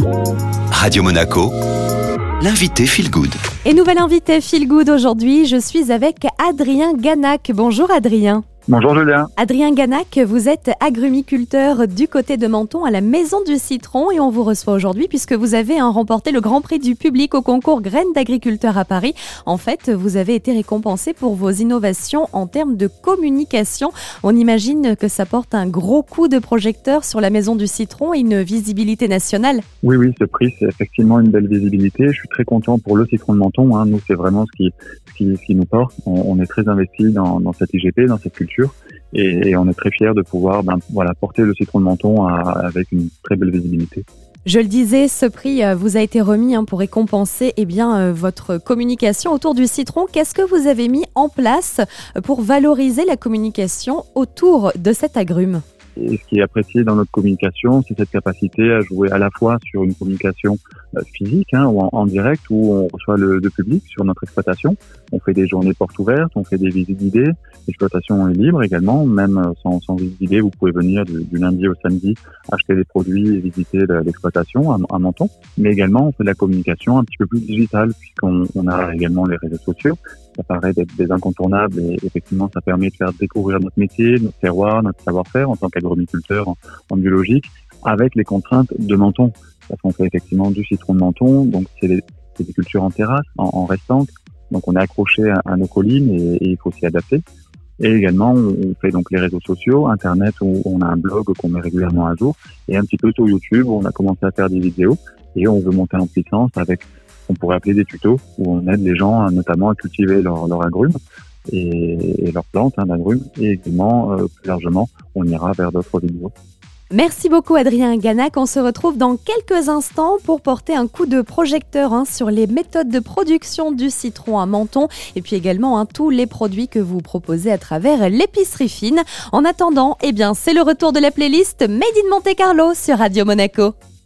Radio Monaco, l'invité Feel Good. Et nouvel invité Feel Good aujourd'hui, je suis avec Adrien Ganac. Bonjour Adrien. Bonjour Julien. Adrien Ganac, vous êtes agrumiculteur du côté de Menton à la Maison du Citron et on vous reçoit aujourd'hui puisque vous avez remporté le Grand Prix du public au concours Graines d'agriculteurs à Paris. En fait, vous avez été récompensé pour vos innovations en termes de communication. On imagine que ça porte un gros coup de projecteur sur la Maison du Citron et une visibilité nationale. Oui, ce prix, c'est effectivement une belle visibilité. Je suis très content pour le citron de Menton. Nous, c'est vraiment ce qui nous porte. On est très investi dans cette IGP, dans cette culture. Et on est très fiers de pouvoir porter le citron de Menton avec une très belle visibilité. Je le disais, ce prix vous a été remis pour récompenser votre communication autour du citron. Qu'est-ce que vous avez mis en place pour valoriser la communication autour de cet agrume ? Et ce qui est apprécié dans notre communication, c'est cette capacité à jouer à la fois sur une communication physique ou en direct où on reçoit le public sur notre exploitation. On fait des journées portes ouvertes, on fait des visites guidées. L'exploitation est libre également, même sans visite guidée, vous pouvez venir du lundi au samedi acheter des produits et visiter l'exploitation à Menton. Mais également, on fait de la communication un petit peu plus digitale puisqu'on a également les réseaux sociaux. Ça paraît d'être des incontournables et effectivement, ça permet de faire découvrir notre métier, notre terroir, notre savoir-faire en tant qu'agriculteur en biologique avec les contraintes de Menton. Parce qu'on fait effectivement du citron de Menton, donc c'est des cultures en terrasse, en restante. Donc on est accroché à nos collines et il faut s'y adapter. Et également, on fait donc les réseaux sociaux, Internet où on a un blog qu'on met régulièrement à jour et un petit peu sur YouTube où on a commencé à faire des vidéos et on veut monter en puissance avec on pourrait appeler des tutos où on aide les gens notamment à cultiver leur agrumes et leurs plantes d'agrumes et également plus largement on ira vers d'autres vidéos. Merci beaucoup Adrien Ganac, on se retrouve dans quelques instants pour porter un coup de projecteur sur les méthodes de production du citron à Menton et puis également tous les produits que vous proposez à travers l'épicerie fine. En attendant, c'est le retour de la playlist Made in Monte Carlo sur Radio Monaco.